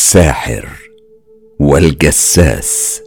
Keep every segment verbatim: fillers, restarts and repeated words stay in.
الساحر والجساس.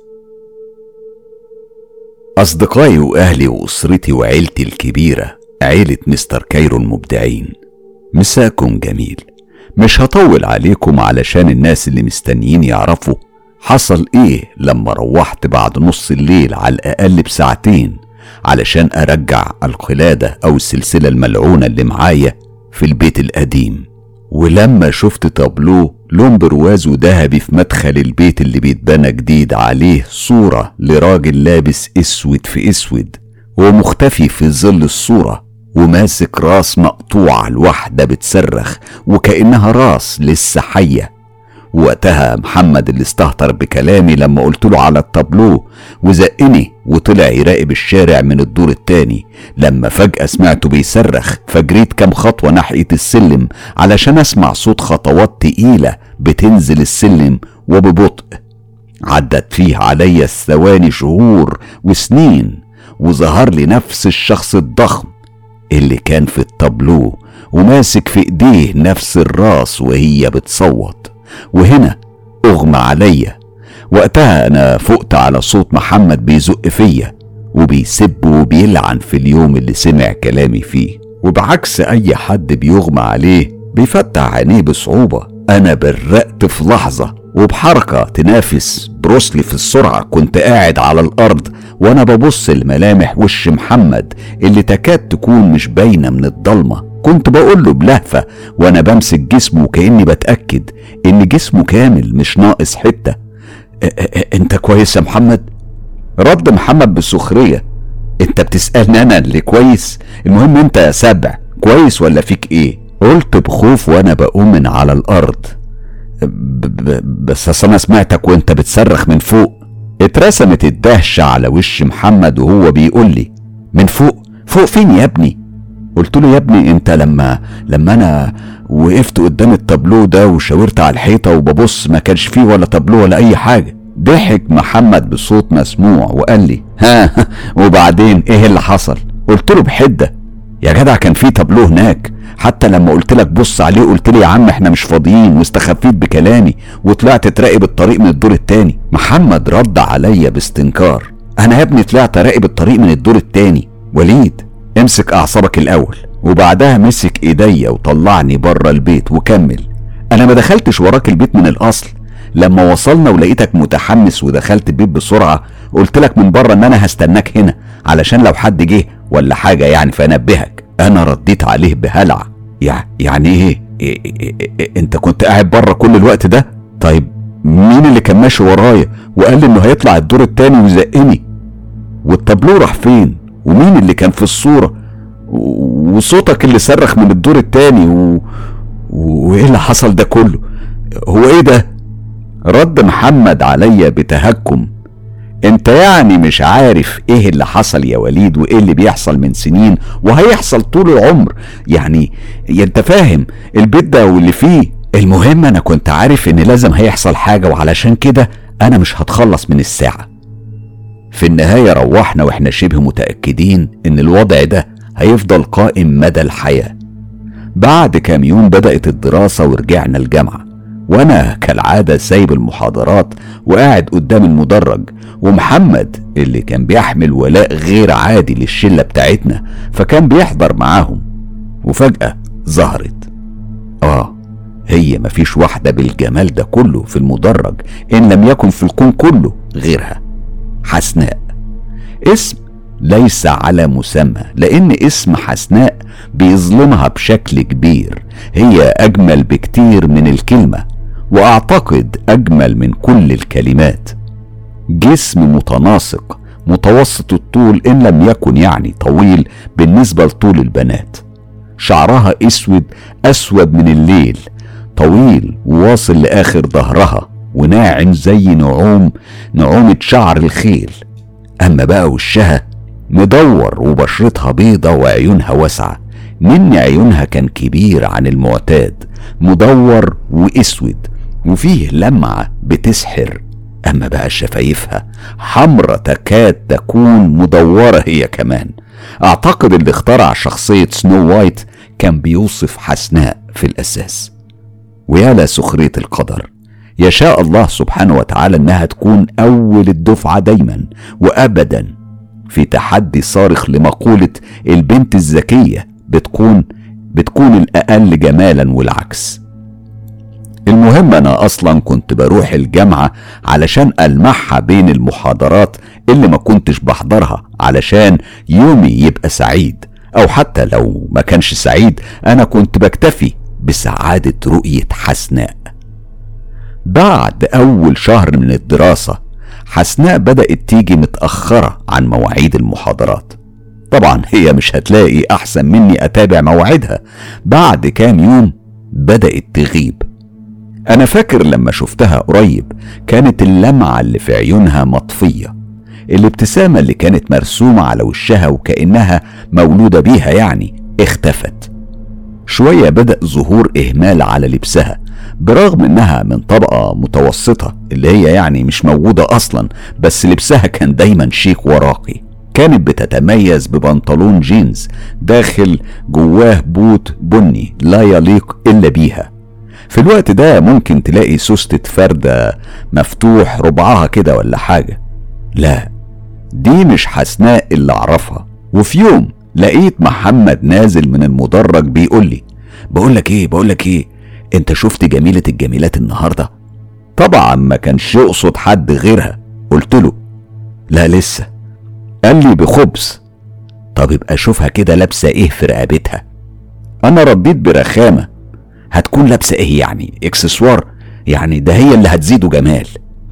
أصدقائي وأهلي وأسرتي وعيلتي الكبيرة، عيلة مستر كايرو المبدعين، مساكم جميل. مش هطول عليكم علشان الناس اللي مستنيين يعرفوا حصل ايه لما روحت بعد نص الليل على الأقل بساعتين علشان أرجع القلادة أو السلسلة الملعونة اللي معايا في البيت القديم. ولما شفت طابلوه لون برواز وذهبي في مدخل البيت اللي بيتبنى جديد، عليه صورة لراجل لابس اسود في اسود ومختفي في ظل الصورة وماسك راس مقطوعة الواحدة بتصرخ وكأنها راس لسه حية. وقتها محمد اللي استهتر بكلامي لما قلت له على الطابلوه وزقني وطلع يراقب الشارع من الدور التاني، لما فجأة سمعته بيصرخ فجريت كام خطوة ناحية السلم علشان اسمع صوت خطوات تقيلة بتنزل السلم وببطء. عدت فيه عليا الثواني شهور وسنين وظهر لي نفس الشخص الضخم اللي كان في الطابلوه وماسك في ايديه نفس الراس وهي بتصوت. وهنا اغمى عليا. وقتها انا فقت على صوت محمد بيزق فيا وبيسب وبيلعن في اليوم اللي سمع كلامي فيه. وبعكس اي حد بيغمى عليه بيفتح عينيه بصعوبة، انا برقت في لحظة وبحركة تنافس بروسلي في السرعة كنت قاعد على الارض وانا ببص لملامح وش محمد اللي تكاد تكون مش باينة من الضلمة. كنت بقول له بلهفة وانا بمسك جسمه كأني بتأكد ان جسمه كامل مش ناقص حتة. انت كويس يا محمد؟ رد محمد بسخرية. انت بتسألني انا اللي كويس؟ المهم انت يا سبع كويس ولا فيك ايه؟ قلت بخوف وانا بقوم من على الارض. بس اصل انا سمعتك وانت بتصرخ من فوق. اترسمت الدهشة على وش محمد وهو بيقول لي من فوق؟ فوق فين يا ابني؟ قلت له يا ابني انت لما لما انا وقفت قدام الطابلوه ده وشاورت على الحيطه وببص ما كانش فيه ولا طابلوه ولا اي حاجه. ضحك محمد بصوت مسموع وقال لي ها وبعدين ايه اللي حصل؟ قلت له بحده يا جدع كان فيه طابلوه هناك، حتى لما قلت لك بص عليه قلت لي يا عم احنا مش فاضيين واستخفيت بكلامي وطلعت تراقب الطريق من الدور التاني. محمد رد عليا باستنكار. انا يا ابني طلعت اراقب الطريق من الدور التاني. وليد امسك اعصابك الاول. وبعدها مسك ايديا وطلعني بره البيت وكمل. انا ما دخلتش وراك البيت من الاصل، لما وصلنا ولقيتك متحمس ودخلت البيت بسرعة قلت لك من بره ان انا هستناك هنا علشان لو حد جه ولا حاجة يعني فانبهك. انا رديت عليه بهلع يعني ايه, إيه, إيه, إيه انت كنت قاعد بره كل الوقت ده؟ طيب مين اللي كان ماشي ورايا وقال لي انه هيطلع الدور التاني ويزقني؟ والطابلوه راح فين؟ ومين اللي كان في الصورة؟ وصوتك اللي صرخ من الدور التاني و... وايه اللي حصل ده كله؟ هو ايه ده؟ رد محمد عليا بتهكم. انت يعني مش عارف ايه اللي حصل يا وليد وايه اللي بيحصل من سنين وهيحصل طول العمر؟ يعني انت فاهم البيت ده واللي فيه. المهم انا كنت عارف ان لازم هيحصل حاجة وعلشان كده انا مش هتخلص من الساعة. في النهاية روحنا واحنا شبه متأكدين ان الوضع ده هيفضل قائم مدى الحياة. بعد كام يوم بدأت الدراسة ورجعنا الجامعة، وانا كالعادة سايب المحاضرات وقاعد قدام المدرج، ومحمد اللي كان بيحمل ولاء غير عادي للشلة بتاعتنا فكان بيحضر معاهم. وفجأة ظهرت اه هي مفيش واحدة بالجمال ده كله في المدرج ان لم يكن في الكون كله غيرها، حسناء. اسم ليس على مسمى لان اسم حسناء بيظلمها بشكل كبير. هي اجمل بكتير من الكلمة واعتقد اجمل من كل الكلمات. جسم متناسق متوسط الطول ان لم يكن يعني طويل بالنسبة لطول البنات. شعرها اسود اسود من الليل، طويل وواصل لاخر ظهرها وناعم زي نعوم نعومة شعر الخيل. اما بقى وشها مدور وبشرتها بيضة وعيونها واسعة. من عيونها كان كبير عن المعتاد، مدور واسود وفيه لمعة بتسحر. اما بقى شفايفها حمرة تكاد تكون مدورة هي كمان. اعتقد اللي اخترع شخصية سنو وايت كان بيوصف حسناء في الاساس. ويا لسخرية القدر، يشاء الله سبحانه وتعالى انها تكون اول الدفعة دايما وابدا في تحدي صارخ لمقولة البنت الذكية بتكون بتكون الاقل جمالا والعكس. المهم انا اصلا كنت بروح الجامعة علشان المعها بين المحاضرات اللي ما كنتش بحضرها علشان يومي يبقى سعيد، او حتى لو ما كانش سعيد انا كنت بكتفي بسعادة رؤية حسناء. بعد اول شهر من الدراسة حسناء بدأت تيجي متأخرة عن مواعيد المحاضرات. طبعا هي مش هتلاقي احسن مني اتابع مواعيدها. بعد كام يوم بدأت تغيب. انا فاكر لما شفتها قريب كانت اللمعة اللي في عيونها مطفية، الابتسامة اللي كانت مرسومة على وشها وكأنها مولودة بيها يعني اختفت. شوية بدأ ظهور اهمال على لبسها برغم انها من طبقة متوسطة اللي هي يعني مش موجودة اصلا، بس لبسها كان دايما شيك وراقي. كانت بتتميز ببنطلون جينز داخل جواه بوت بني لا يليق الا بيها. في الوقت ده ممكن تلاقي سوستة فردة مفتوح ربعها كده ولا حاجة. لا، دي مش حسناء اللي اعرفها. وفي يوم لقيت محمد نازل من المدرج بيقول لي بقولك ايه بقولك ايه انت شفت جميلة الجميلات النهاردة؟ طبعا ما كانش يقصد حد غيرها. قلت له لا لسه. قال لي بخبز. طب ابقى شوفها كده لابسة ايه في رقبتها. انا رديت برخامة هتكون لابسة ايه يعني؟ اكسسوار يعني؟ ده هي اللي هتزيده جمال.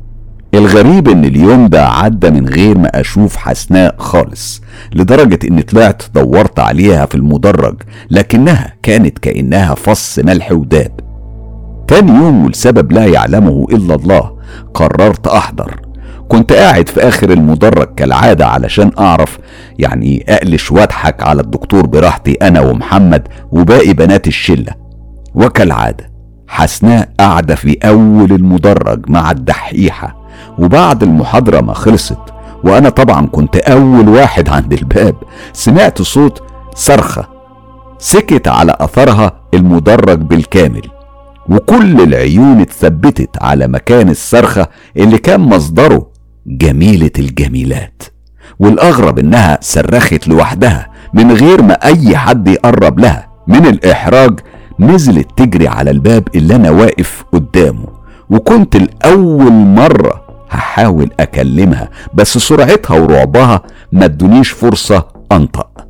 الغريب ان اليوم ده عدى من غير ما اشوف حسناء خالص، لدرجة اني طلعت دورت عليها في المدرج لكنها كانت كأنها فص ملح وداب. تاني يوم ولسبب لا يعلمه الا الله قررت احضر. كنت قاعد في اخر المدرج كالعادة علشان اعرف يعني اقلش واضحك على الدكتور براحتي انا ومحمد وباقي بنات الشلة. وكالعادة حسناء قاعدة في اول المدرج مع الدحيحة. وبعد المحاضرة ما خلصت وانا طبعا كنت اول واحد عند الباب سمعت صوت صرخة سكت على اثرها المدرج بالكامل، وكل العيون اتثبتت على مكان الصرخة اللي كان مصدره جميلة الجميلات. والاغرب انها صرخت لوحدها من غير ما اي حد يقرب لها. من الاحراج نزلت تجري على الباب اللي انا واقف قدامه، وكنت الاول مرة هحاول اكلمها بس سرعتها ورعبها ما ادونيش فرصة انطق.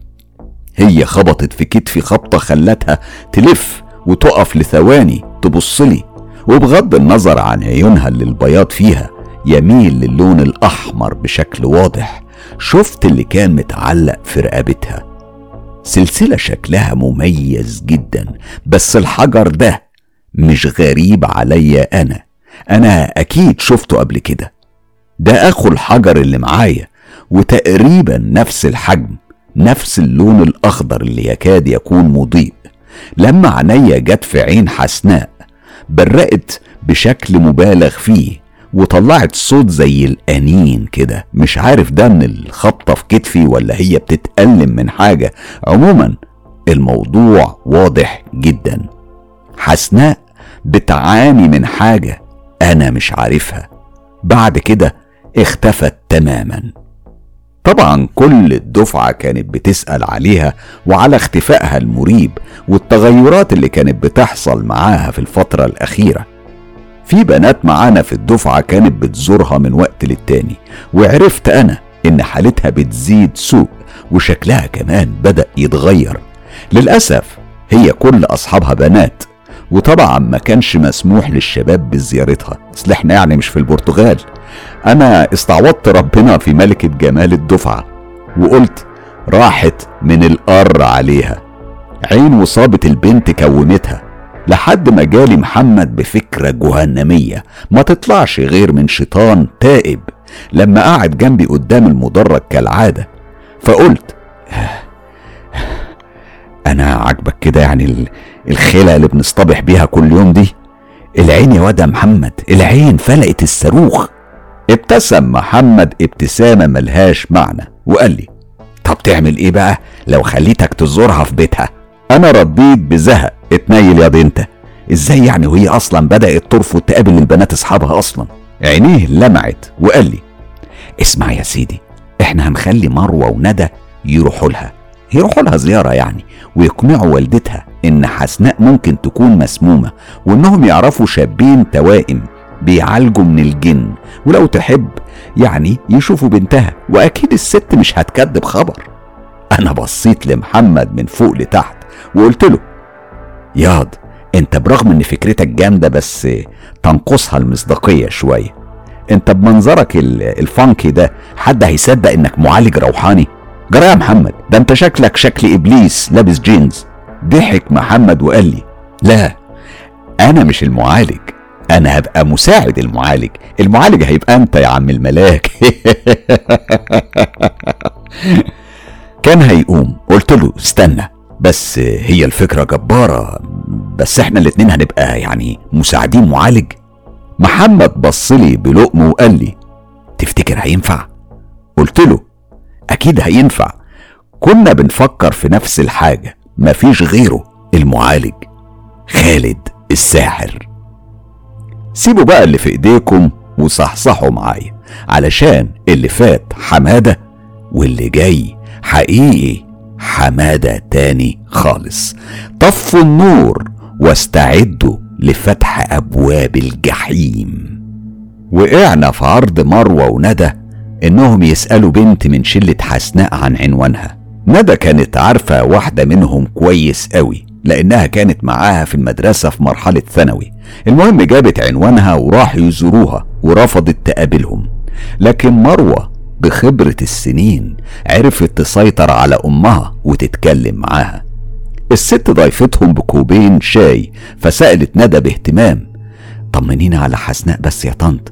هي خبطت في كتفي خبطة خلتها تلف وتقف لثواني تبصلي، وبغض النظر عن عيونها اللي البياض فيها يميل للون الاحمر بشكل واضح، شفت اللي كان متعلق في رقبتها سلسلة شكلها مميز جدا. بس الحجر ده مش غريب عليا، انا انا اكيد شفته قبل كده. ده اخو الحجر اللي معايا وتقريبا نفس الحجم، نفس اللون الاخضر اللي يكاد يكون مضيء. لما عينيا جت في عين حسناء برقت بشكل مبالغ فيه وطلعت صوت زي الأنين كده. مش عارف ده من الخبطة في كتفي ولا هي بتتألم من حاجة. عموما الموضوع واضح جدا، حسناء بتعاني من حاجة أنا مش عارفها. بعد كده اختفت تماما. طبعا كل الدفعة كانت بتسأل عليها وعلى اختفائها المريب والتغيرات اللي كانت بتحصل معاها في الفترة الأخيرة. في بنات معانا في الدفعة كانت بتزورها من وقت للتاني، وعرفت أنا إن حالتها بتزيد سوء وشكلها كمان بدأ يتغير. للأسف هي كل أصحابها بنات، وطبعا ما كانش مسموح للشباب بزيارتها، اصل احنا يعني مش في البرتغال. أنا استعوضت ربنا في ملكة جمال الدفعة وقلت راحت من القر عليها. عين وصابة البنت كومتها لحد ما جالي محمد بفكرة جهنمية ما تطلعش غير من شيطان تائب لما قاعد جنبي قدام المدرج كالعادة. فقلت انا عاجبك كده يعني الخيلة اللي بنصطبح بيها كل يوم دي؟ العين يا واد محمد، العين فلقت الصاروخ. ابتسم محمد ابتسامة ملهاش معنى وقال لي طب تعمل ايه بقى لو خليتك تزورها في بيتها؟ انا رديت بزهق اتنيل يا انت، ازاي يعني وهي اصلا بدأت ترفض تقابل البنات اصحابها اصلا؟ عينيه لمعت وقال لي اسمع يا سيدي، احنا هنخلي مروة وندى يروحوا لها يروحوا لها زيارة يعني، ويقنعوا والدتها ان حسناء ممكن تكون مسمومة، وانهم يعرفوا شابين توائم بيعالجوا من الجن، ولو تحب يعني يشوفوا بنتها، واكيد الست مش هتكذب خبر. انا بصيت لمحمد من فوق لتحت وقلت له ياض انت برغم ان فكرتك جامدة بس تنقصها المصداقية شوية. انت بمنظرك الفانكي ده حد هيصدق انك معالج روحاني؟ جرى يا محمد، ده انت شكلك شكل ابليس لابس جينز. ضحك محمد وقال لي لا انا مش المعالج، انا هبقى مساعد المعالج. المعالج هيبقى انت يا عم الملاك. كان هيقوم، قلت له استنى بس، هي الفكرة جبارة، بس احنا الاتنين هنبقى يعني مساعدين معالج. محمد بصلي بلقم وقال لي تفتكر هينفع؟ قلت له اكيد هينفع، كنا بنفكر في نفس الحاجة، مفيش غيره المعالج خالد الساحر. سيبوا بقى اللي في ايديكم وصحصحوا معايا، علشان اللي فات حمادة واللي جاي حقيقي حمادة تاني خالص. طفوا النور واستعدوا لفتح ابواب الجحيم. وقعنا في عرض مروة وندى انهم يسألوا بنت من شلة حسناء عن عنوانها. ندى كانت عارفة واحدة منهم كويس قوي لانها كانت معاها في المدرسة في مرحلة ثانوي. المهم جابت عنوانها وراح يزوروها ورفضت تقابلهم، لكن مروة بخبرة السنين عرفت تسيطر على امها وتتكلم معاها. الست ضيفتهم بكوبين شاي، فسألت ندى باهتمام طمنينا على حسناء بس يا طنط،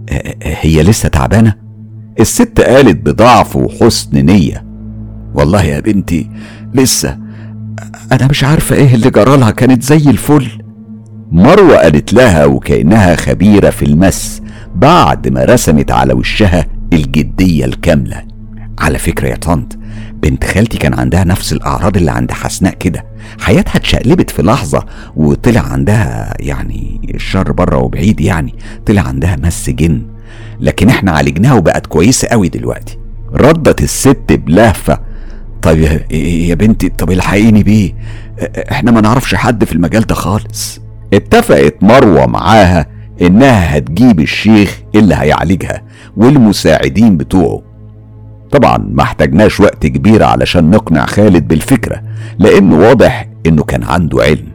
هي لسه تعبانة؟ الست قالت بضعف وحسن نية والله يا بنتي لسه، انا مش عارفة ايه اللي جرالها، كانت زي الفل. مروة قالت لها وكأنها خبيرة في المس بعد ما رسمت على وشها الجدية الكاملة. على فكرة يا طنط، بنت خالتي كان عندها نفس الأعراض اللي عند حسناء كده، حياتها اتشقلبت في لحظة وطلع عندها يعني الشر بره وبعيد، يعني طلع عندها مس جن، لكن احنا عالجناها وبقت كويسة قوي دلوقتي. ردت الست بلهفة طيب يا بنتي، طب الحقيني بيه، احنا ما نعرفش حد في المجال ده خالص. اتفقت مروة معاها انها هتجيب الشيخ اللي هيعالجها والمساعدين بتوعه. طبعا ما احتاجناش وقت كبير علشان نقنع خالد بالفكرة، لانه واضح انه كان عنده علم.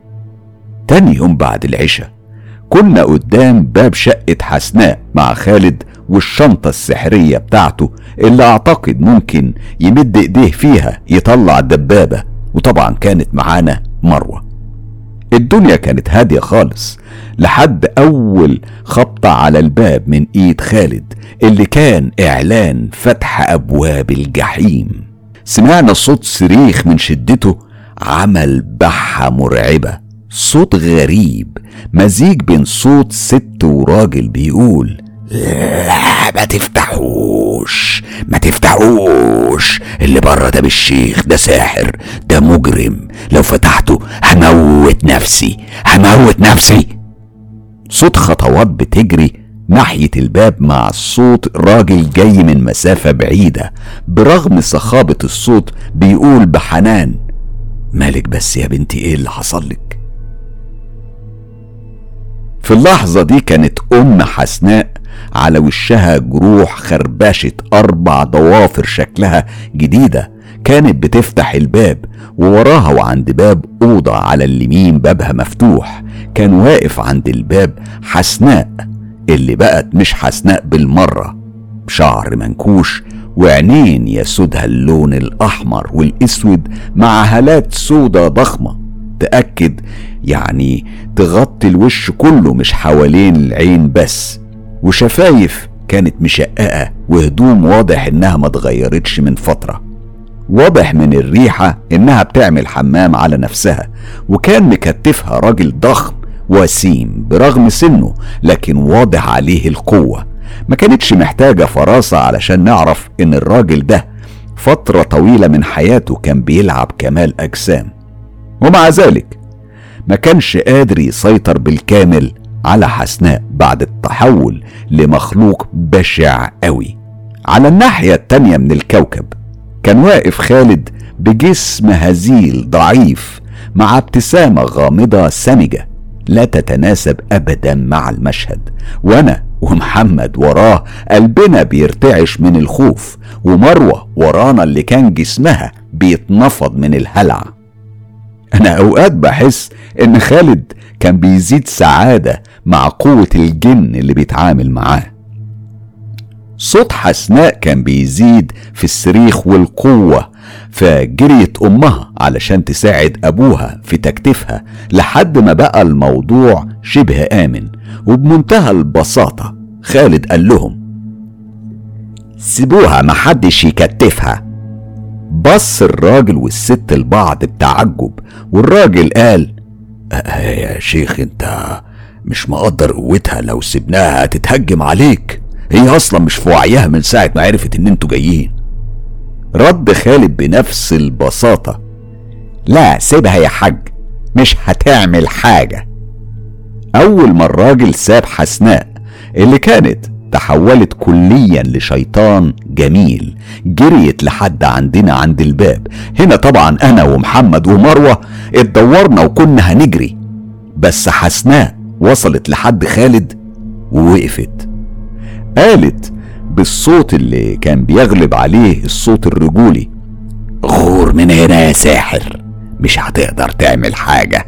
تاني يوم بعد العشاء كنا قدام باب شقة حسناء مع خالد والشنطة السحرية بتاعته اللي اعتقد ممكن يمد ايديه فيها يطلع الدبابة، وطبعا كانت معانا مروة. الدنيا كانت هادية خالص لحد اول خبطة على الباب من ايد خالد اللي كان اعلان فتح ابواب الجحيم. سمعنا صوت صريخ من شدته عمل بحة مرعبة، صوت غريب مزيج بين صوت ست وراجل بيقول لا ما تفتحوش ما تفتحوش، اللي بره ده بالشيخ، ده ساحر، ده مجرم، لو فتحته هموت نفسي هموت نفسي. صوت خطوات بتجري ناحية الباب مع صوت راجل جاي من مسافة بعيدة، برغم صخابة الصوت بيقول بحنان مالك بس يا بنتي، ايه اللي حصلك؟ في اللحظة دي كانت ام حسناء على وشها جروح خربشت اربع ضوافر شكلها جديدة، كانت بتفتح الباب ووراها وعند باب اوضة على اليمين بابها مفتوح كان واقف عند الباب حسناء اللي بقت مش حسناء بالمرة، بشعر منكوش وعينين يسودها اللون الاحمر والاسود مع هالات سودة ضخمة تأكد يعني تغطي الوش كله مش حوالين العين بس، وشفايف كانت مشققة وهدوم واضح انها ما اتغيرتش من فترة. واضح من الريحة انها بتعمل حمام على نفسها، وكان مكتفها راجل ضخم وسيم برغم سنه، لكن واضح عليه القوة. ما كانتش محتاجة فراسة علشان نعرف ان الراجل ده فترة طويلة من حياته كان بيلعب كمال اجسام، ومع ذلك ما كانش قادر يسيطر بالكامل على حسناء بعد التحول لمخلوق بشع قوي. على الناحية التانية من الكوكب كان واقف خالد بجسم هزيل ضعيف مع ابتسامة غامضة سمجة لا تتناسب أبدا مع المشهد، وأنا ومحمد وراه قلبنا بيرتعش من الخوف، ومروة ورانا اللي كان جسمها بيتنفض من الهلع. أنا أوقات بحس إن خالد كان بيزيد سعادة مع قوة الجن اللي بيتعامل معاه. صوت حسناء كان بيزيد في الصريخ والقوة، فجريت أمها علشان تساعد أبوها في تكتيفها لحد ما بقى الموضوع شبه آمن. وبمنتهى البساطة خالد قال لهم: سيبوها محدش يكتفها. بص الراجل والست لبعض بتعجب، والراجل قال: يا شيخ انت مش مقدر قوتها، لو سيبناها تتهجم عليك، هي اصلا مش في وعيها من ساعة ما عرفت ان انتوا جايين. رد خالد بنفس البساطة: لا سيبها يا حاج، مش هتعمل حاجة. اول ما الراجل ساب حسناء اللي كانت تحولت كليا لشيطان جميل، جريت لحد عندنا عند الباب. هنا طبعا انا ومحمد ومروة اتدورنا وكنا هنجري، بس حسناء وصلت لحد خالد ووقفت. قالت بالصوت اللي كان بيغلب عليه الصوت الرجولي: غور من هنا يا ساحر، مش هتقدر تعمل حاجة.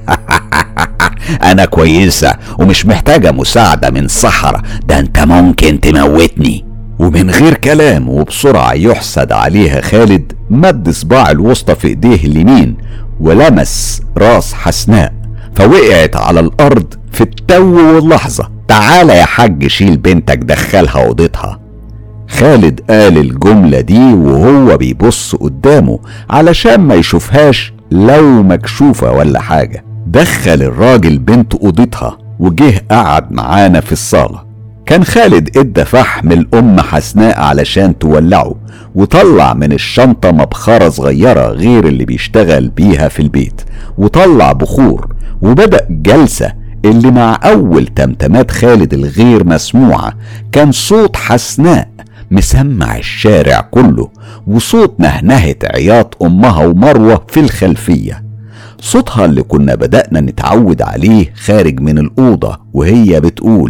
انا كويسة ومش محتاجة مساعدة من سحرة، ده انت ممكن تموتني. ومن غير كلام وبسرعة يحسد عليها خالد مد صباع الوسطى في ايديه اليمين ولمس راس حسناء، فوقعت على الارض في التو واللحظة. تعالى يا حاج شيل بنتك دخلها اوضتها. خالد قال الجملة دي وهو بيبص قدامه علشان ما يشوفهاش لو مكشوفة ولا حاجة. دخل الراجل بنت اوضتها وجه قعد معانا في الصالة. كان خالد ادى فحم الام حسناء علشان تولعه، وطلع من الشنطة مبخرة صغيرة غير اللي بيشتغل بيها في البيت، وطلع بخور وبدأ جلسة اللي مع اول تمتمات خالد الغير مسموعة كان صوت حسناء مسمع الشارع كله، وصوت نهنهة عياط امها ومروة في الخلفية، صوتها اللي كنا بدأنا نتعود عليه خارج من الأوضة وهي بتقول: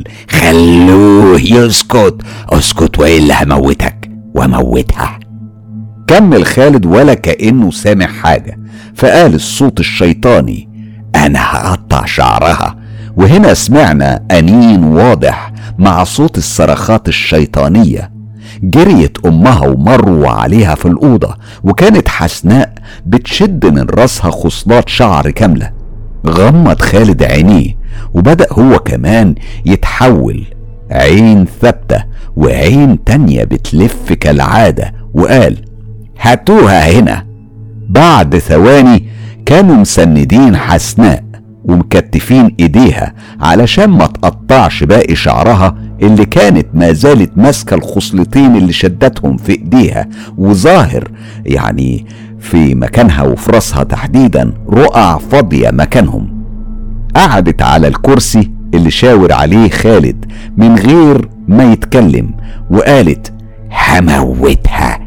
خلوه يسكت، اسكت وإلا هموتك وموتها. كمل خالد ولا كأنه سامع حاجة، فقال الصوت الشيطاني: أنا هقطع شعرها. وهنا سمعنا أنين واضح مع صوت الصرخات الشيطانية. جريت امها ومروا عليها في الاوضه، وكانت حسناء بتشد من راسها خصلات شعر كامله. غمض خالد عينيه وبدأ هو كمان يتحول، عين ثابته وعين تانية بتلف كالعاده، وقال: هاتوها هنا. بعد ثواني كانوا مسندين حسناء ومكتفين ايديها علشان ما تقطعش باقي شعرها اللي كانت ما زالت ماسكه الخصلتين اللي شدتهم في ايديها، وظاهر يعني في مكانها وفي راسها تحديدا رقع فاضيه مكانهم. قعدت على الكرسي اللي شاور عليه خالد من غير ما يتكلم وقالت: هموتها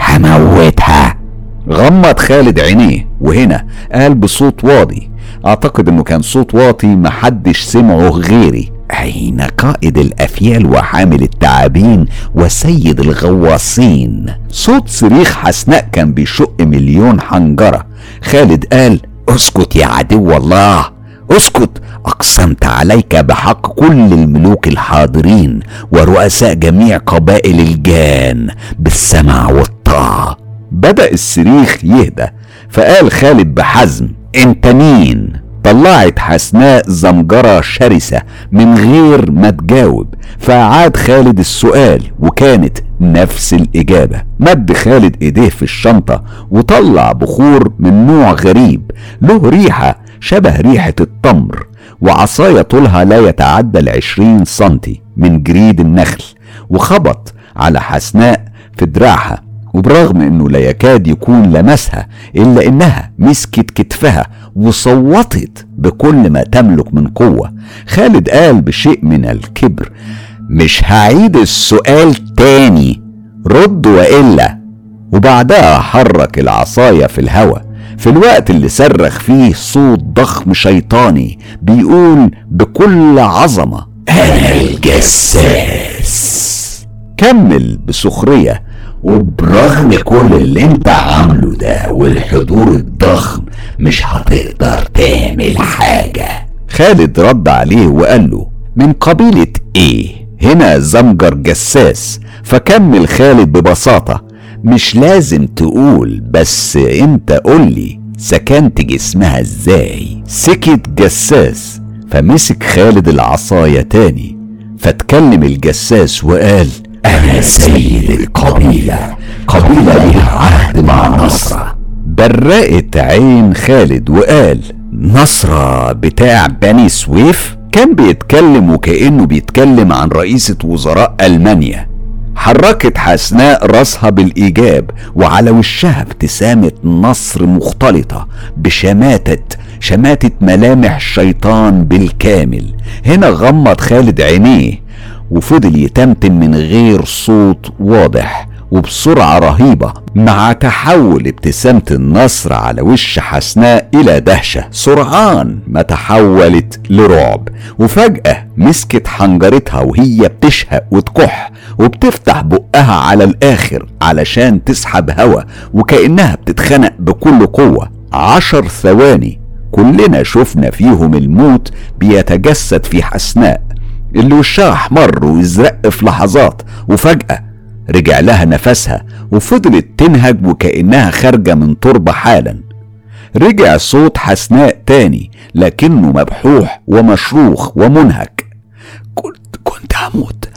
هموتها. غمض خالد عينيه وهنا قال بصوت واطي، اعتقد انه كان صوت واطي محدش سمعه غيري: أين قائد الأفيال وحامل التعابين وسيد الغواصين؟ صوت صريخ حسناء كان بيشق مليون حنجرة. خالد قال: اسكت يا عدو الله، اسكت، أقسمت عليك بحق كل الملوك الحاضرين ورؤساء جميع قبائل الجان بالسمع والطاعة. بدأ الصريخ يهدى، فقال خالد بحزم: انت مين؟ طلعت حسناء زمجرة شرسة من غير ما تجاوب، فعاد خالد السؤال وكانت نفس الإجابة. مد خالد ايديه في الشنطة وطلع بخور من نوع غريب له ريحة شبه ريحة التمر، وعصاية طولها لا يتعدى العشرين سنتي من جريد النخل، وخبط على حسناء في دراعها وبرغم انه لا يكاد يكون لمسها الا انها مسكت كتفها وصوتت بكل ما تملك من قوة. خالد قال بشيء من الكبر: مش هعيد السؤال تاني، رد وإلا. وبعدها حرك العصاية في الهوا في الوقت اللي صرخ فيه صوت ضخم شيطاني بيقول بكل عظمة: أنا الجساس. كمل بسخرية: وبرغم كل اللي انت عامله ده والحضور الضخم مش هتقدر تعمل حاجة. خالد رد عليه وقال له: من قبيلة ايه؟ هنا زمجر جساس. فكمل خالد ببساطة: مش لازم تقول، بس انت قولي سكنت جسمها ازاي. سكت جساس، فمسك خالد العصاية تاني، فاتكلم الجساس وقال: أنا سيد القبيلة، قبيلة لها عهد مع نصرة. برقت عين خالد وقال: نصرة بتاع بني سويف؟ كان بيتكلم وكأنه بيتكلم عن رئيسة وزراء ألمانيا. حركت حسناء راسها بالإيجاب وعلى وشها ابتسامة نصر مختلطة بشماتة شماتة ملامح الشيطان بالكامل. هنا غمض خالد عينيه وفضل يتمتم من غير صوت واضح وبسرعة رهيبة، مع تحول ابتسامة النصر على وش حسناء إلى دهشة سرعان ما تحولت لرعب. وفجأة مسكت حنجرتها وهي بتشهق وتكح وبتفتح بقها على الآخر علشان تسحب هوا وكأنها بتتخنق بكل قوة. عشر ثواني كلنا شفنا فيهم الموت بيتجسد في حسناء اللي وشها احمر ويزرق في لحظات، وفجأة رجع لها نفسها وفضلت تنهج وكأنها خارجة من تربة حالا. رجع صوت حسناء تاني لكنه مبحوح ومشروخ ومنهك: كنت كنت هموت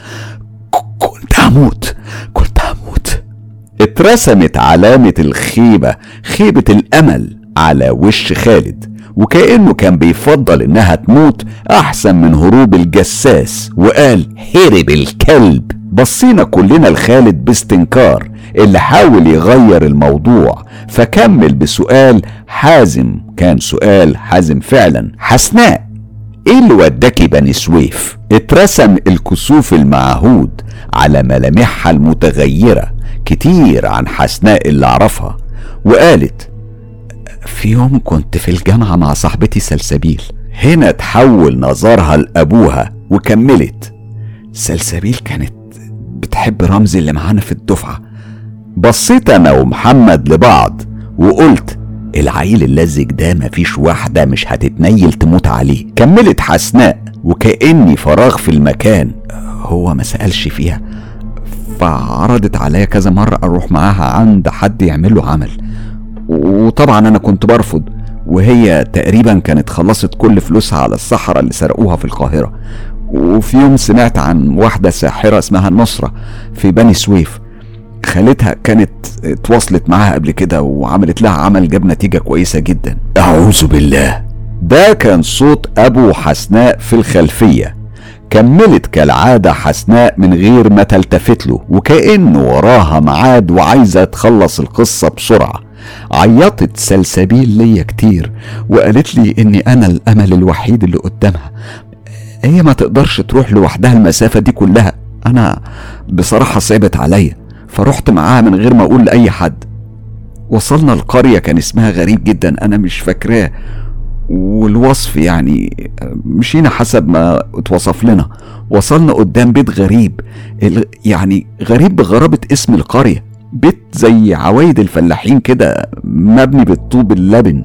كنت هموت كنت هموت. اترسمت علامة الخيبة، خيبة الأمل على وش خالد، وكأنه كان بيفضل انها تموت احسن من هروب الجساس، وقال: هرب الكلب. بصينا كلنا لخالد باستنكار اللي حاول يغير الموضوع، فكمل بسؤال حازم. كان سؤال حازم فعلا: حسناء، ايه اللي وداكي بني سويف؟ اترسم الكسوف المعهود على ملامحها المتغيرة كتير عن حسناء اللي عرفها، وقالت: في يوم كنت في الجامعة مع صاحبتي سلسبيل. هنا تحول نظرها لأبوها وكملت: سلسبيل كانت بتحب رمزي اللي معانا في الدفعة. بصيت أنا ومحمد لبعض وقلت: العيل اللزج ده مفيش واحدة مش هتتنيل تموت عليه. كملت حسناء وكأني فراغ في المكان: هو ما سألش فيها، فعرضت عليا كذا مرة أروح معاها عند حد يعمل له عمل، وطبعا انا كنت برفض، وهي تقريبا كانت خلصت كل فلوسها على الصحراء اللي سرقوها في القاهرة. وفي يوم سمعت عن واحدة ساحرة اسمها نصرة في بني سويف، خالتها كانت اتواصلت معاها قبل كده وعملت لها عمل جاب نتيجة كويسة جدا. اعوذ بالله. ده كان صوت ابو حسناء في الخلفية. كملت كالعادة حسناء من غير ما تلتفت له وكأنه وراها ميعاد وعايزة تخلص القصة بسرعة. عيطت سلسبيل ليا كتير وقالت لي اني انا الامل الوحيد اللي قدامها، هي ما تقدرش تروح لوحدها المسافة دي كلها. انا بصراحة صعبت عليا فرحت معاها من غير ما اقول لاي حد. وصلنا القرية كان اسمها غريب جدا انا مش فاكراه، والوصف يعني مشينا حسب ما اتوصف لنا. وصلنا قدام بيت غريب، يعني غريب بغرابة اسم القرية، بيت زي عوايد الفلاحين كده مبني بالطوب اللبن،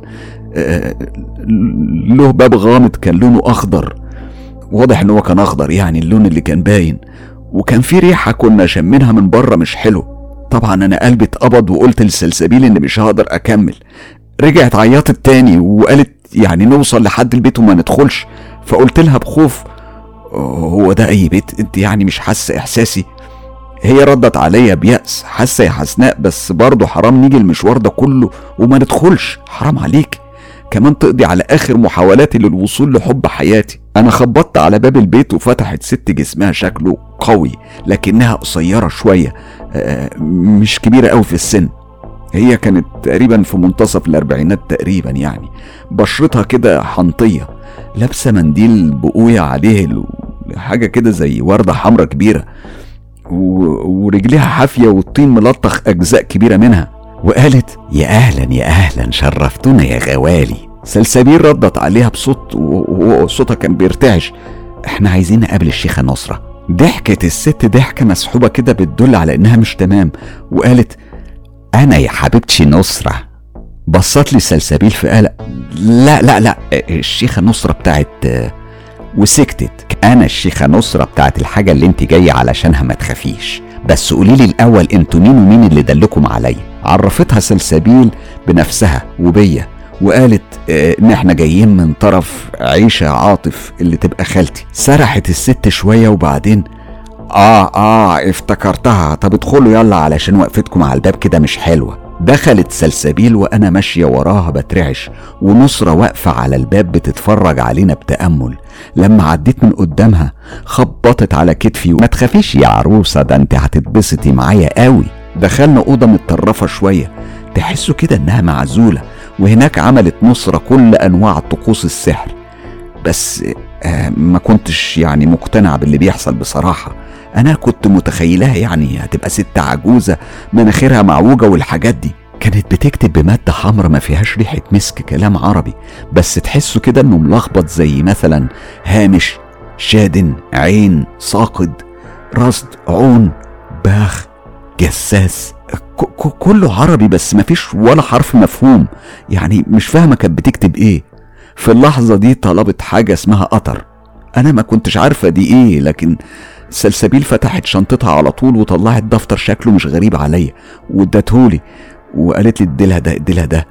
له باب غامض كان لونه اخضر، واضح ان هو كان اخضر يعني اللون اللي كان باين، وكان في ريحة كنا شمينها من بره مش حلو. طبعا انا قلبي اتقبض وقلت للسلسبيل ان مش هقدر اكمل. رجعت عيطت تاني وقالت يعني نوصل لحد البيت وما ندخلش. فقلت لها بخوف: هو ده اي بيت؟ انت يعني مش حاسه احساسي؟ هي ردت عليا بيأس: حاسه يا حسناء، بس برضه حرام نيجي المشوار ده كله وما ندخلش، حرام عليك. كمان تقضي على اخر محاولاتي للوصول لحب حياتي. انا خبطت على باب البيت وفتحت ست جسمها شكله قوي لكنها قصيرة شوية، مش كبيرة قوي في السن. هي كانت تقريبا في منتصف الاربعينات تقريبا يعني، بشرتها كده حنطية، لابسة منديل بقوية عليه حاجة كده زي وردة حمرة كبيرة، ورجليها حافية والطين ملطخ اجزاء كبيرة منها. وقالت: يا اهلا يا اهلا، شرفتونا يا غوالي. سلسبيل ردت عليها بصوت وصوتها كان بيرتعش: احنا عايزين نقابل الشيخة نصرة. ضحكت الست ضحكة مسحوبة كده بتدل على انها مش تمام، وقالت: انا يا حبيبتي نصرة. بصت لي سلسبيل في قلق: لا لا لا، الشيخة نصرة بتاعت، وسكتت. انا الشيخة نصرة بتاعت الحاجة اللي انت جاية علشانها، ما تخافيش، بس قوليلي الاول انتوا مين ومين اللي دلكم عليا. عرفتها سلسبيل بنفسها وبيا، وقالت اه ان احنا جايين من طرف عيشة عاطف اللي تبقى خالتي. سرحت الست شوية وبعدين: اه اه افتكرتها، طب ادخلوا يلا علشان وقفتكم على الباب كده مش حلوة. دخلت سلسبيل وانا ماشية وراها بترعش، ونصرة واقفة على الباب بتتفرج علينا بتأمل. لما عديت من قدامها خبطت على كتفي: ما تخافيش يا عروسة، ده انت هتتبسطي معايا قوي. دخلنا أوضة متطرفة شوية، تحسوا كده انها معزولة، وهناك عملت نصرة كل انواع طقوس السحر. بس آه ما كنتش يعني مقتنع باللي بيحصل بصراحة. انا كنت متخيلها يعني هتبقى ست عجوزة مناخيرها معوجة والحاجات دي. كانت بتكتب بمادة حمرا ما فيهاش ريحة مسك كلام عربي، بس تحسوا كده انه ملخبط، زي مثلا هامش، شادن، عين، ساقد، رصد، عون، باخ، جساس، كله عربي بس ما فيش ولا حرف مفهوم، يعني مش فاهمة كانت بتكتب ايه. في اللحظة دي طلبت حاجة اسمها قطر، انا ما كنتش عارفة دي ايه، لكن سلسبيل فتحت شنطتها على طول وطلعت دفتر شكله مش غريب عليا وادتهولي، وقالت لي اديلها ده اديلها ده.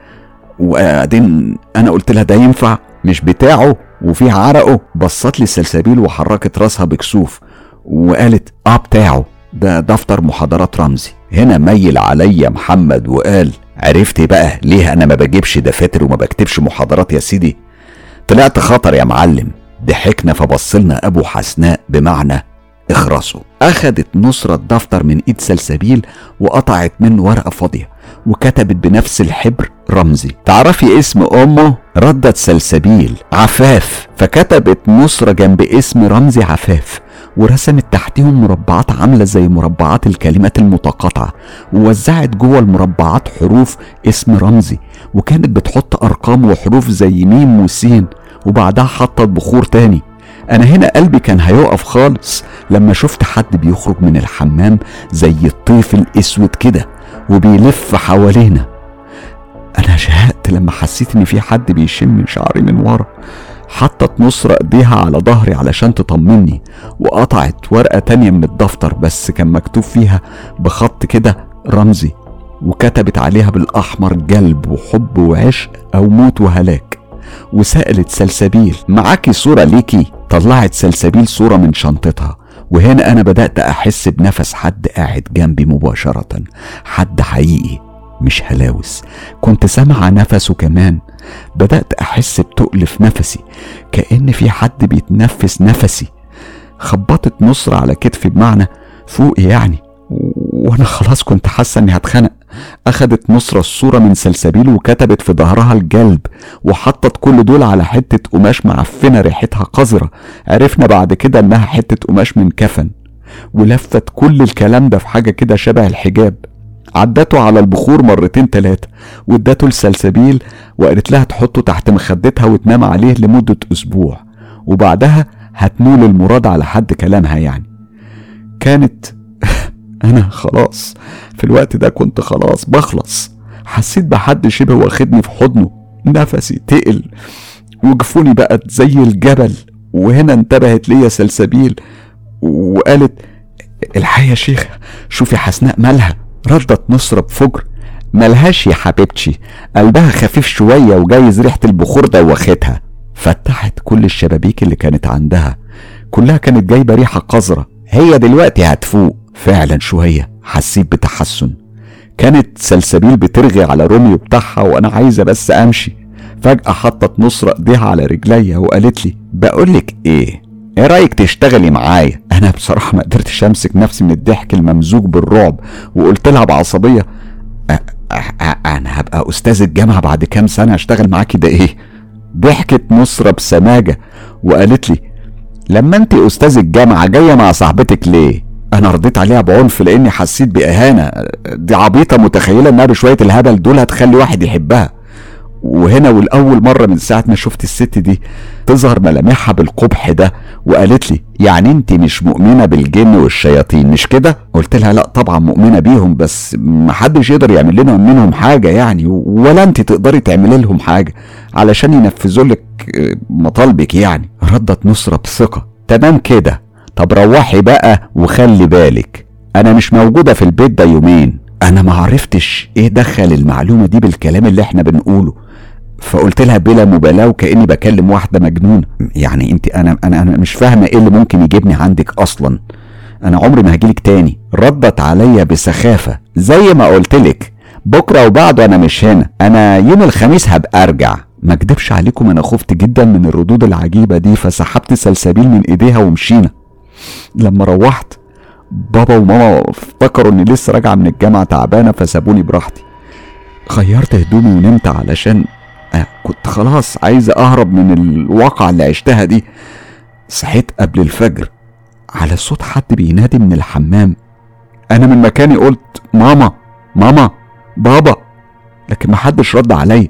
وبعدين انا قلت لها: ده ينفع؟ مش بتاعه وفيه عرقه. بصت لي سلسبيل وحركت راسها بكسوف وقالت: اه بتاعه، ده دفتر محاضرات رمزي. هنا ميل عليا محمد وقال: عرفت بقى ليه انا ما بجيبش دفاتر وما بكتبش محاضرات يا سيدي؟ طلعت خطر يا معلم. ضحكنا فبصلنا ابو حسناء بمعنى اخرسوا. اخدت نصرة الدفتر من ايد سلسبيل وقطعت منه ورقة فاضية وكتبت بنفس الحبر رمزي: تعرفي اسم امه؟ ردت سلسبيل: عفاف. فكتبت نصرة جنب اسم رمزي عفاف، ورسمت تحتهم مربعات عاملة زي مربعات الكلمات المتقاطعة، ووزعت جوه المربعات حروف اسم رمزي، وكانت بتحط ارقام وحروف زي ميم وسين، وبعدها حطت بخور تاني. انا هنا قلبي كان هيقف خالص لما شفت حد بيخرج من الحمام زي الطيف الاسود كده وبيلف حوالينا. انا شهقت لما حسيت ان في حد بيشم شعري من ورا. حطت نصرة ايديها على ظهري علشان تطمني، وقطعت ورقة تانية من الدفتر بس كان مكتوب فيها بخط كده رمزي، وكتبت عليها بالاحمر: جلب وحب وعشق او موت وهلاك. وسألت سلسبيل: معاكي صورة ليكي؟ طلعت سلسبيل صورة من شنطتها، وهنا انا بدأت احس بنفس حد قاعد جنبي مباشرة، حد حقيقي مش هلاوس. كنت سامعة نفسه كمان. بدأت احس بتقل في نفسي كأن في حد بيتنفس نفسي. خبطت نصرة على كتفي بمعنى فوق يعني، وانا خلاص كنت حاسة اني هتخنق. اخدت نصرة الصورة من سلسبيل وكتبت في ظهرها الجلب، وحطت كل دول على حتة قماش معفنة ريحتها قذرة. عرفنا بعد كده انها حتة قماش من كفن. ولفت كل الكلام ده في حاجة كده شبه الحجاب، عدته على البخور مرتين تلاتة، وادته لسلسبيل وقالت لها تحطه تحت مخدتها وتنام عليه لمدة اسبوع، وبعدها هتنول المراد على حد كلامها يعني. كانت انا خلاص في الوقت ده كنت خلاص بخلص. حسيت بحد شبه واخدني في حضنه، نفسي تقل وجفوني بقت زي الجبل. وهنا انتبهت ليا سلسبيل وقالت: الحقيقة يا شيخ، شوفي حسناء مالها. ردت نصرة بفجر: ملهاش يا حبيبتي، قلبها خفيف شوية وجايز ريحة البخور ده واخدها. فتحت كل الشبابيك اللي كانت عندها، كلها كانت جايبة ريحة قذرة. هي دلوقتي هتفوق. فعلا شوية حسيت بتحسن. كانت سلسبيل بترغي على روميو بتاعها وانا عايزة بس امشي، فجأة حطت نصرة ايديها على رجليا وقالت لي بقولك ايه ايه رأيك تشتغلي معايا؟ انا بصراحة ما قدرتش امسك نفسي من الضحك الممزوج بالرعب، وقلت لها بعصبية أ- أ- انا هبقى استاذ الجامعة بعد كام سنة اشتغل معاكي ده ايه؟ ضحكت نصرة بسماجة وقالت لي لما انت استاذ الجامعة جاية مع صاحبتك ليه؟ انا رديت عليها بعنف لاني حسيت باهانة. دي عبيطة متخيلة انها بشوية الهبل دول هتخلي واحد يحبها. وهنا والاول مرة من ساعة ما شفت الست دي تظهر ملامحها بالقبح ده، وقالت لي يعني انت مش مؤمنة بالجن والشياطين مش كده؟ قلت لها لا طبعا مؤمنة بيهم، بس محدش يقدر يعمل لنا منهم حاجة يعني، ولا انت تقدري تعملي لهم حاجة علشان ينفذوا لك مطالبك يعني. ردت نصرة بثقة تمام كده، طب روحي بقى وخلي بالك انا مش موجودة في البيت ده يومين. انا ما عرفتش ايه دخل المعلومة دي بالكلام اللي احنا بنقوله، فقلت لها بلا مبالاة وكأني بكلم واحدة مجنونة يعني انت انا انا انا مش فاهمة ايه اللي ممكن يجيبني عندك اصلا، انا عمري ما هجيلك تاني. ردت عليا بسخافة زي ما قلتلك بكرة وبعده انا مش هنا، انا يوم الخميس هبقى ارجع. ما اكدبش عليكم انا خفت جدا من الردود العجيبة دي، فسحبت سلسبيل من ايديها ومشينا. لما روحت بابا وماما افتكروا اني لسه راجعة من الجامعة تعبانة فسابوني براحتي. غيرت هدومي ونمت علشان آه كنت خلاص عايز اهرب من الواقع اللي عشتها دي. صحيت قبل الفجر على صوت حد بينادي من الحمام. انا من مكاني قلت ماما ماما بابا، لكن محدش رد عليا.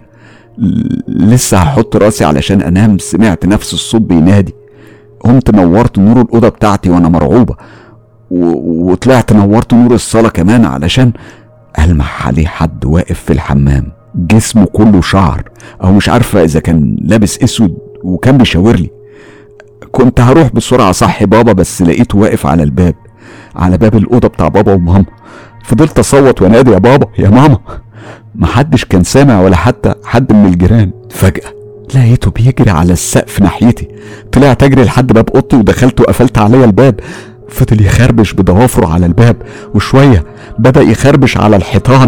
لسه هحط راسي علشان انام سمعت نفس الصوت بينادي. قمت نورت نور الاوضه بتاعتي وانا مرعوبه، و... وطلعت نورت نور الصاله كمان علشان ألمح عليه حد واقف في الحمام، جسمه كله شعر او مش عارفه اذا كان لابس اسود، وكان بيشاور لي. كنت هروح بسرعه صحي بابا بس لقيته واقف على الباب على باب الاوضه بتاع بابا وماما. فضلت اصوت وانادي يا بابا يا ماما، محدش كان سامع ولا حتى حد من الجيران. فجأة لقيته بيجري على السقف ناحيتي، طلعت اجري لحد باب اوضتي ودخلت وقفلت عليا الباب. فضل يخربش بضوافره على الباب، وشوية بدأ يخربش على الحيطان،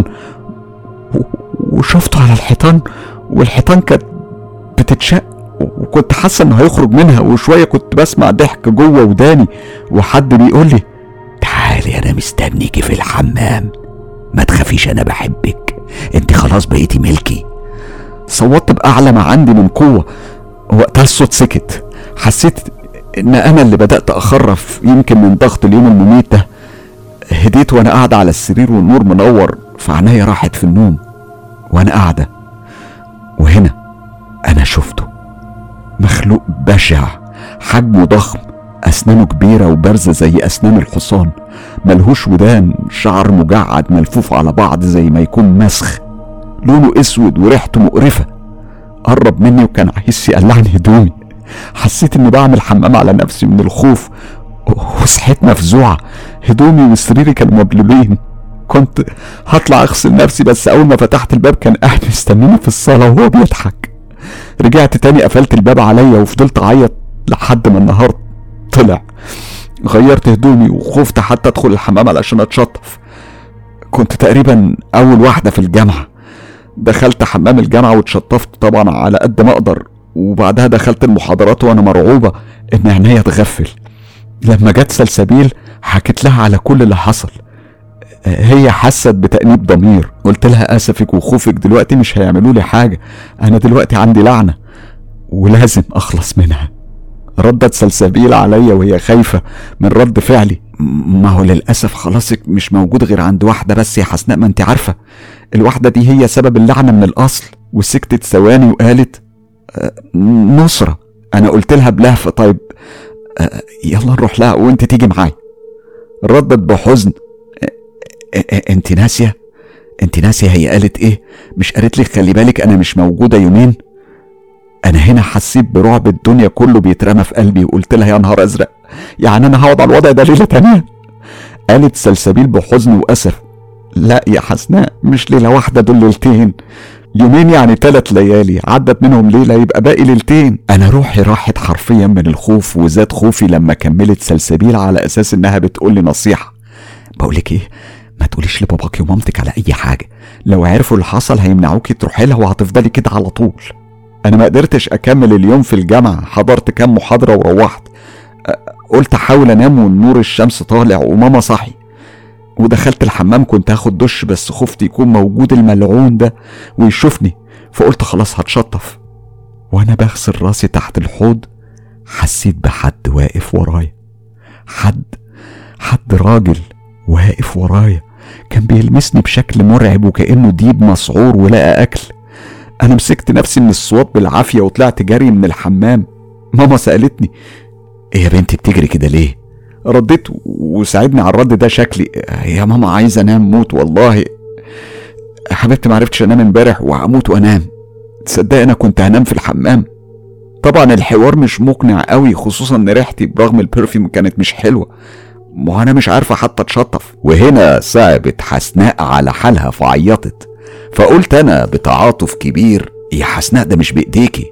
وشفته على الحيطان والحيطان كانت بتتشق، وكنت حاسة انه هيخرج منها. وشوية كنت بسمع ضحك جوه وداني وحد بيقول لي تعالي انا مستنيكي في الحمام، ما تخافيش انا بحبك، انت خلاص بقيتي ملكي. صوتت بأعلى ما عندي من قوة. وقتها الصوت سكت، حسيت ان انا اللي بدأت اخرف يمكن من ضغط اليوم المميت ده. هديت وانا قاعدة على السرير والنور منور، فعنايا راحت في النوم وانا قاعدة. وهنا انا شفته مخلوق بشع، حجمه ضخم، اسنانه كبيرة وبارزة زي اسنان الحصان، ملهوش ودان، شعر مجعد ملفوف على بعض زي ما يكون مسخ، لونه اسود وريحته مقرفة. قرب مني وكان عايز يقلعني هدومي. حسيت اني بعمل حمام على نفسي من الخوف، وصحيت مفزوعة. هدومي وسريري كانوا مبلولين. كنت هطلع اغسل نفسي، بس اول ما فتحت الباب كان قاعد مستنيني في الصالة وهو بيضحك. رجعت تاني قفلت الباب عليا وفضلت اعيط لحد ما النهار طلع. غيرت هدومي وخفت حتى ادخل الحمام علشان اتشطف. كنت تقريبا اول واحدة في الجامعة. دخلت حمام الجامعة واتشطفت طبعا على قد ما اقدر، وبعدها دخلت المحاضرات وانا مرعوبة ان عينيا تغفل. لما جت سلسبيل حكيت لها على كل اللي حصل. هي حست بتأنيب ضمير. قلت لها اسفك وخوفك دلوقتي مش هيعملوا لي حاجة، انا دلوقتي عندي لعنة ولازم اخلص منها. ردت سلسبيل عليا وهي خايفة من رد فعلي. ما هو للأسف خلاصك مش موجود غير عند واحدة بس يا حسناء، ما انت عارفة الواحدة دي هي سبب اللعنة من الأصل. وسكتت ثواني وقالت أه نصرة. أنا قلت لها بلهفة طيب أه يلا نروح لها وانت تيجي معاي. ردت بحزن أه أه انت ناسية انت ناسية هي قالت ايه؟ مش قالت لك خلي بالك انا مش موجودة يومين؟ انا هنا حسيت برعب الدنيا كله بيترمى في قلبي، وقلت لها يا نهار ازرق، يعني انا هقعد على الوضع ده ليلة تانية؟ قالت سلسبيل بحزن واسف لا يا حسناء، مش ليلة واحدة، دول ليلتين. يومين يعني ثلاث ليالي، عدت منهم ليلة يبقى باقي ليلتين. انا روحي راحت حرفيا من الخوف، وزاد خوفي لما كملت سلسبيل على اساس انها بتقولي نصيحة. بقولك ايه، ما تقوليش لباباكي ومامتك على اي حاجة، لو عرفوا اللي حصل هيمنعوكي تروحي لها وهتفضلي كده على طول. انا ما قدرتش اكمل اليوم في الجامعة، حضرت كام محاضرة وروحت. قلت احاول انام والنور الشمس طالع وماما صحي، ودخلت الحمام كنت هاخد دش، بس خفت يكون موجود الملعون ده ويشوفني، فقلت خلاص هتشطف. وانا بغسل راسي تحت الحوض حسيت بحد واقف ورايا، حد حد راجل واقف ورايا، كان بيلمسني بشكل مرعب وكأنه ديب مسعور ولقى اكل. انا مسكت نفسي من الصوت بالعافية وطلعت جري من الحمام. ماما سألتني ايه يا بنتي بتجري كده ليه؟ رديت وساعدني على الرد ده شكلي، يا ماما عايز انام موت والله حبيبتي، معرفتش انام امبارح وهموت وانام، تصدق انا كنت هنام في الحمام. طبعا الحوار مش مقنع قوي، خصوصا ان ريحتي برغم البرفيوم كانت مش حلوة، ما انا مش عارفة حتى اتشطف. وهنا صعبت حسناء على حالها فعيطت، فقلت انا بتعاطف كبير يا حسناء ده مش بايديكي،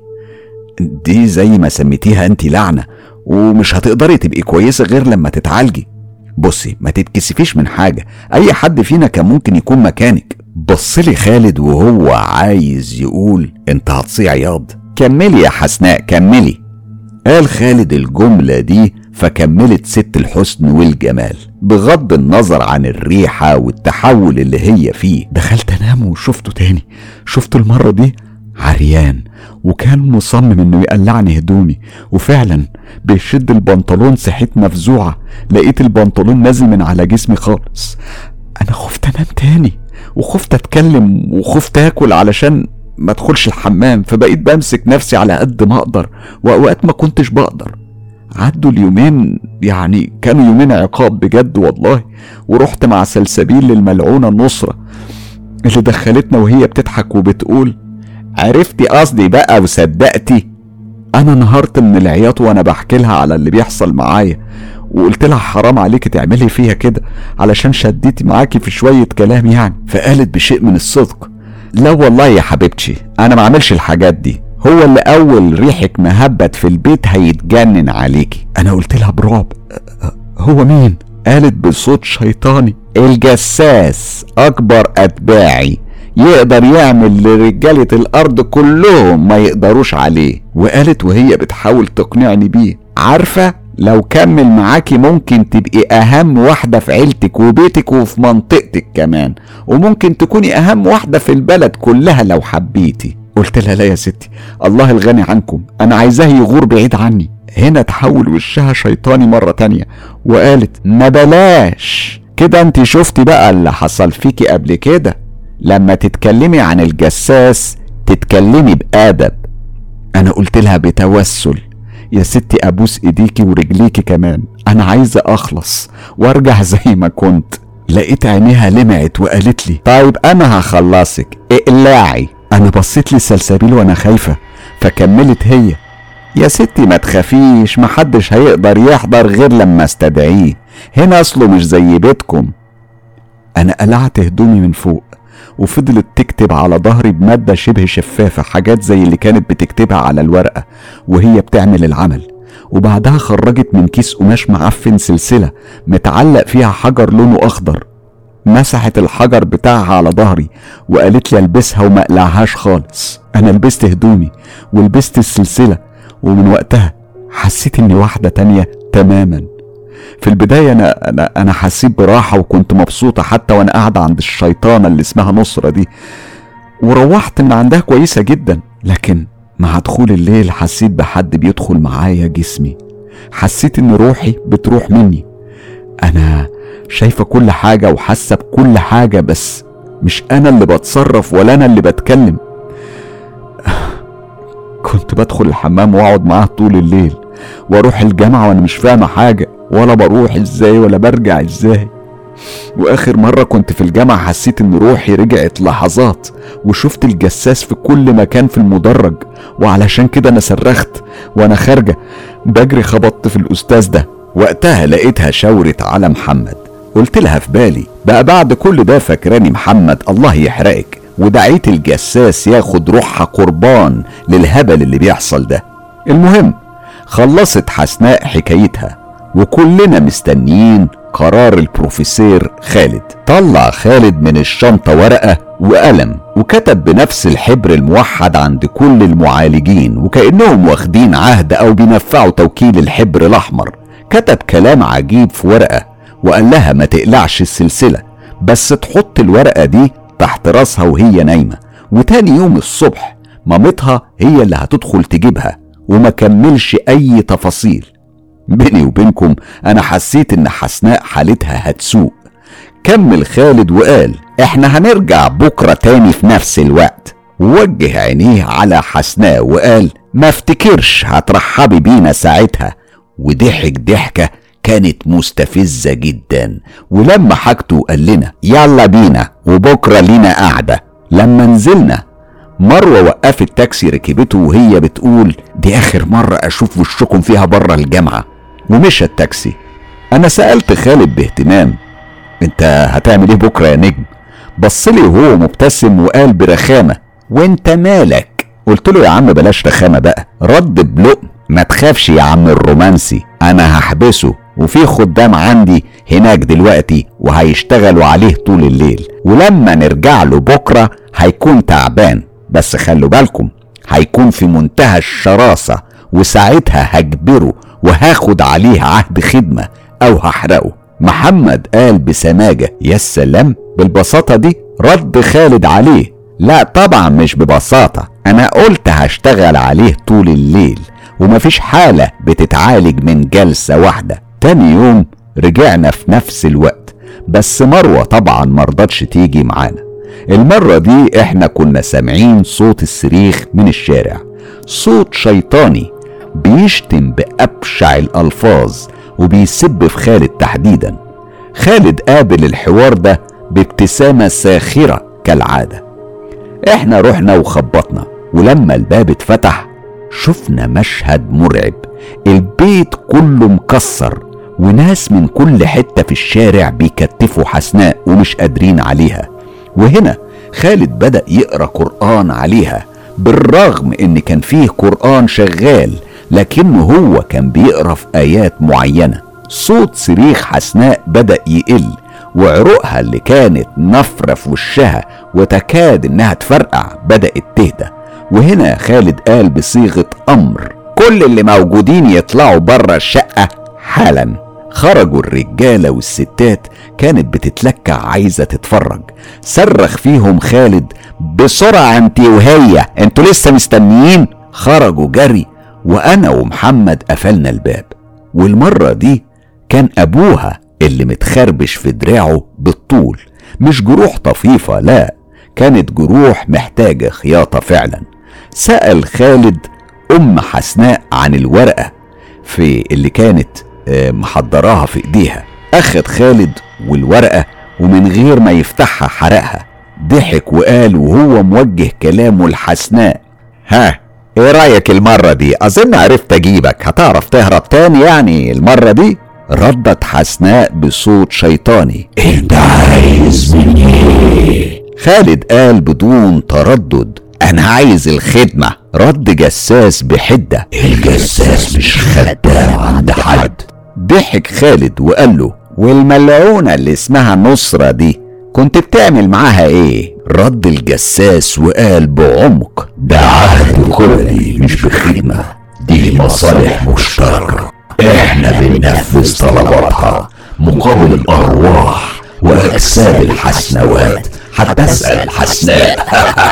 دي زي ما سميتيها انت لعنة، ومش هتقدري تبقي كويسة غير لما تتعالجي. بصي ما تتكسفيش من حاجة، اي حد فينا كان ممكن يكون مكانك. بصلي خالد وهو عايز يقول انت هتصيع ياض. كملي يا حسناء كملي، قال خالد الجملة دي، فكملت ست الحسن والجمال بغض النظر عن الريحة والتحول اللي هي فيه. دخلت انام وشفته تاني، شفته المرة دي عريان وكان مصمم انه يقلعني هدومي، وفعلا بيشد البنطلون صحيت مفزوعة، لقيت البنطلون نازل من على جسمي خالص. انا خفت انام تاني وخفت اتكلم وخفت اكل علشان ما ادخلش الحمام، فبقيت بمسك نفسي على قد ما اقدر، واوقات ما كنتش بقدر. عدوا اليومين، يعني كانوا يومين عقاب بجد والله، ورحت مع سلسبيل للملعونة نصرة اللي دخلتنا وهي بتضحك وبتقول عرفتي قصدي بقى وصدقتي. انا انهارت من العياط وانا بحكي لها على اللي بيحصل معايا، وقلت لها حرام عليكي تعملي فيها كده علشان شديتي معاكي في شوية كلام يعني. فقالت بشيء من الصدق لا والله يا حبيبتي انا ما عملش الحاجات دي، هو اللي اول ريحك مهبت في البيت هيتجنن عليكي. انا قلت لها برعب هو مين؟ قالت بصوت شيطاني الجساس اكبر اتباعي، يقدر يعمل لرجالة الارض كلهم ما يقدروش عليه. وقالت وهي بتحاول تقنعني بيه عارفة لو كمل معاكي ممكن تبقي اهم واحدة في عيلتك وبيتك وفي منطقتك كمان، وممكن تكوني اهم واحدة في البلد كلها لو حبيتي. قلت لها لا يا ستي الله الغني عنكم، انا عايزاه يغور بعيد عني. هنا تحول وشها شيطاني مرة تانية وقالت ما بلاش كده، انت شفتي بقى اللي حصل فيكي قبل كده، لما تتكلمي عن الجساس تتكلمي بأدب. انا قلت لها بتوسل يا ستي ابوس ايديكي ورجليكي كمان، انا عايزة اخلص وارجع زي ما كنت. لقيت عينيها لمعت وقالت لي طيب انا هخلصك اقلعي. انا بصيت للسلسبيل وانا خايفة، فكملت هي يا ستي ما تخافيش، محدش هيقدر يحضر غير لما استدعيه، هنا اصله مش زي بيتكم. انا قلعت هدومي من فوق وفضلت تكتب على ظهري بمادة شبه شفافة، حاجات زي اللي كانت بتكتبها على الورقة وهي بتعمل العمل. وبعدها خرجت من كيس قماش معفن سلسلة متعلق فيها حجر لونه اخضر، مسحت الحجر بتاعها على ظهري وقالت لي البسها وما اقلعهاش خالص. انا لبست هدومي ولبست السلسلة، ومن وقتها حسيت اني واحدة تانية تماما. في البداية أنا, أنا, أنا حسيت براحة وكنت مبسوطة حتى وأنا قاعدة عند الشيطانة اللي اسمها نصرة دي، وروحت من عندها كويسة جدا. لكن مع دخول الليل حسيت بحد بيدخل معايا جسمي، حسيت ان روحي بتروح مني. أنا شايفة كل حاجة وحاسة بكل حاجة، بس مش أنا اللي بتصرف ولا أنا اللي بتكلم. كنت بدخل الحمام واقعد معاه طول الليل، واروح الجامعة وانا مش فاهمة حاجة، ولا بروح ازاي ولا برجع ازاي. واخر مرة كنت في الجامعة حسيت ان روحي رجعت لحظات، وشفت الجساس في كل مكان في المدرج، وعلشان كده انا صرخت وانا خارجة بجري خبطت في الاستاذ ده. وقتها لقيتها شاورت على محمد، قلت لها في بالي بقى بعد كل ده فاكراني محمد، الله يحرقك، ودعيت الجساس ياخد روحها قربان للهبل اللي بيحصل ده. المهم خلصت حسناء حكايتها وكلنا مستنيين قرار البروفيسور خالد. طلع خالد من الشنطة ورقة وقلم وكتب بنفس الحبر الموحد عند كل المعالجين، وكأنهم واخدين عهد او بينفعوا توكيل الحبر الاحمر. كتب كلام عجيب في ورقة وقال لها ما تقلعش السلسلة، بس تحط الورقة دي تحت راسها وهي نايمة، وتاني يوم الصبح مامتها هي اللي هتدخل تجيبها، وما كملش اي تفاصيل. بيني وبينكم انا حسيت ان حسناء حالتها هتسوء. كمل خالد وقال احنا هنرجع بكرة تاني في نفس الوقت، ووجه عينيه على حسناء وقال ما افتكرش هترحبي بينا ساعتها، وضحك ضحكة كانت مستفزة جدا. ولما حاجته قال لنا يلا بينا وبكرة لينا قعدة. لما نزلنا مروة وقفت تاكسي ركبته وهي بتقول دي اخر مرة اشوف وشكم فيها برا الجامعة، ومشى التاكسي. انا سألت خالد باهتمام انت هتعمل ايه بكرة يا نجم؟ بصلي وهو مبتسم وقال برخامة وانت مالك؟ قلت له يا عم بلاش رخامة بقى. رد بلقم ما تخافش يا عم الرومانسي، انا هحبسه وفي خدام عندي هناك دلوقتي وهيشتغلوا عليه طول الليل، ولما نرجع له بكرة هيكون تعبان، بس خلوا بالكم هيكون في منتهى الشراسة، وساعتها هجبره وهاخد عليه عهد خدمة او هحرقه. محمد قال بسماجة يا سلام بالبساطة دي؟ رد خالد عليه لا طبعا مش ببساطة، انا قلت هشتغل عليه طول الليل ومفيش حالة بتتعالج من جلسة واحدة. تاني يوم رجعنا في نفس الوقت، بس مروة طبعا مرضتش تيجي معانا. المرة دي احنا كنا سامعين صوت الصريخ من الشارع، صوت شيطاني بيشتم بأبشع الألفاظ وبيسب في خالد تحديدا. خالد قابل الحوار ده بابتسامة ساخرة كالعادة. احنا رحنا وخبطنا، ولما الباب اتفتح شفنا مشهد مرعب. البيت كله مكسر وناس من كل حتة في الشارع بيكتفوا حسناء ومش قادرين عليها. وهنا خالد بدأ يقرأ قرآن عليها، بالرغم ان كان فيه قرآن شغال لكنه هو كان بيقرأ في آيات معينة. صوت صريخ حسناء بدأ يقل، وعروقها اللي كانت نفرة في وشها وتكاد انها تفرقع بدأت تهدى. وهنا خالد قال بصيغة امر كل اللي موجودين يطلعوا بره الشقة حالا. خرجوا الرجالة والستات كانت بتتلكع عايزة تتفرج. صرخ فيهم خالد بسرعة انت وهي، انتوا لسه مستنيين؟ خرجوا جري، وانا ومحمد قفلنا الباب. والمرة دي كان ابوها اللي متخربش في دراعه بالطول، مش جروح طفيفة، لا كانت جروح محتاجة خياطة فعلا. سأل خالد ام حسناء عن الورقة في اللي كانت محضراها في ايديها. اخد خالد والورقة ومن غير ما يفتحها حرقها. ضحك وقال وهو موجه كلامه لحسناء ها ايه رأيك المرة دي؟ اظن عرفت اجيبك، هتعرف تهرب تاني يعني المرة دي؟ ردت حسناء بصوت شيطاني انت عايز مني ايه؟ خالد قال بدون تردد انا عايز الخدمة. رد جساس بحدة الجساس مش خدام عند حد. ضحك خالد وقال له والملعونة اللي اسمها نصرة دي كنت بتعمل معاها ايه؟ رد الجساس وقال بعمق ده عهد كلي مش بخدمة، دي مصالح مشتركة، احنا بننفذ طلباتها مقابل الارواح واجساد الحسنوات. هتسأل حسناء.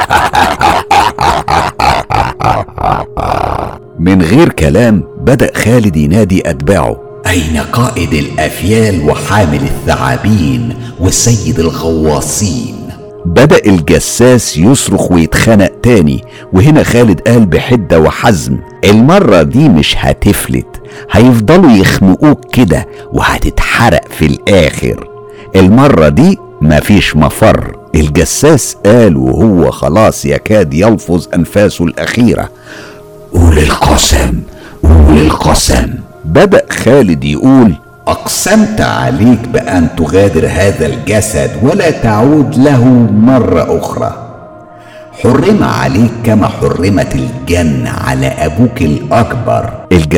من غير كلام بدأ خالد ينادي أتباعه أين قائد الأفيال وحامل الثعابين وسيد الغواصين؟ بدأ الجساس يصرخ ويتخنق تاني. وهنا خالد قال بحدة وحزم المرة دي مش هتفلت، هيفضلوا يخنقوك كده وهتتحرق في الآخر. المرة دي مفيش مفر. الجساس قال وهو خلاص يكاد يلفظ أنفاسه الأخيرة قول القسم قول القسم. بدأ خالد يقول أقسمت عليك بأن تغادر هذا الجسد ولا تعود له مرة أخرى. حرم عليك كما حرمت الجنة على أبوك الأكبر.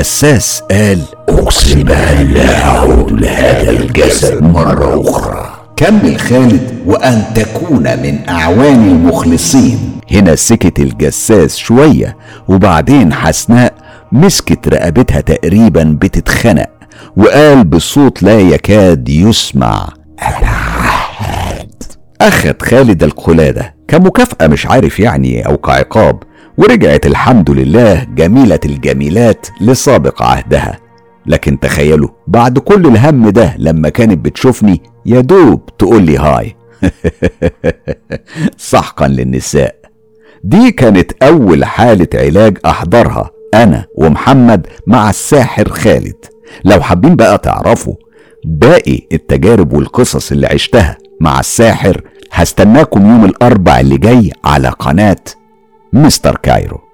الجساس قال أقسم بأن لا أعود لهذا الجسد مرة أخرى. كمل خالد، وأن تكون من أعوان المخلصين. هنا سكت الجساس شوية، وبعدين حسناء مسكت رقبتها تقريبا بتتخنق، وقال بصوت لا يكاد يسمع: العهد. أخد خالد القلادة كمكافأة، مش عارف يعني أو كعقاب، ورجعت الحمد لله جميلة الجميلات لسابق عهدها. لكن تخيلوا بعد كل الهم ده لما كانت بتشوفني يا دوب تقول لي هاي. سحقا للنساء. دي كانت أول حالة علاج أحضرها أنا ومحمد مع الساحر خالد. لو حابين بقى تعرفوا باقي التجارب والقصص اللي عشتها مع الساحر، هستناكم يوم الأربع اللي جاي على قناة مستر كايرو.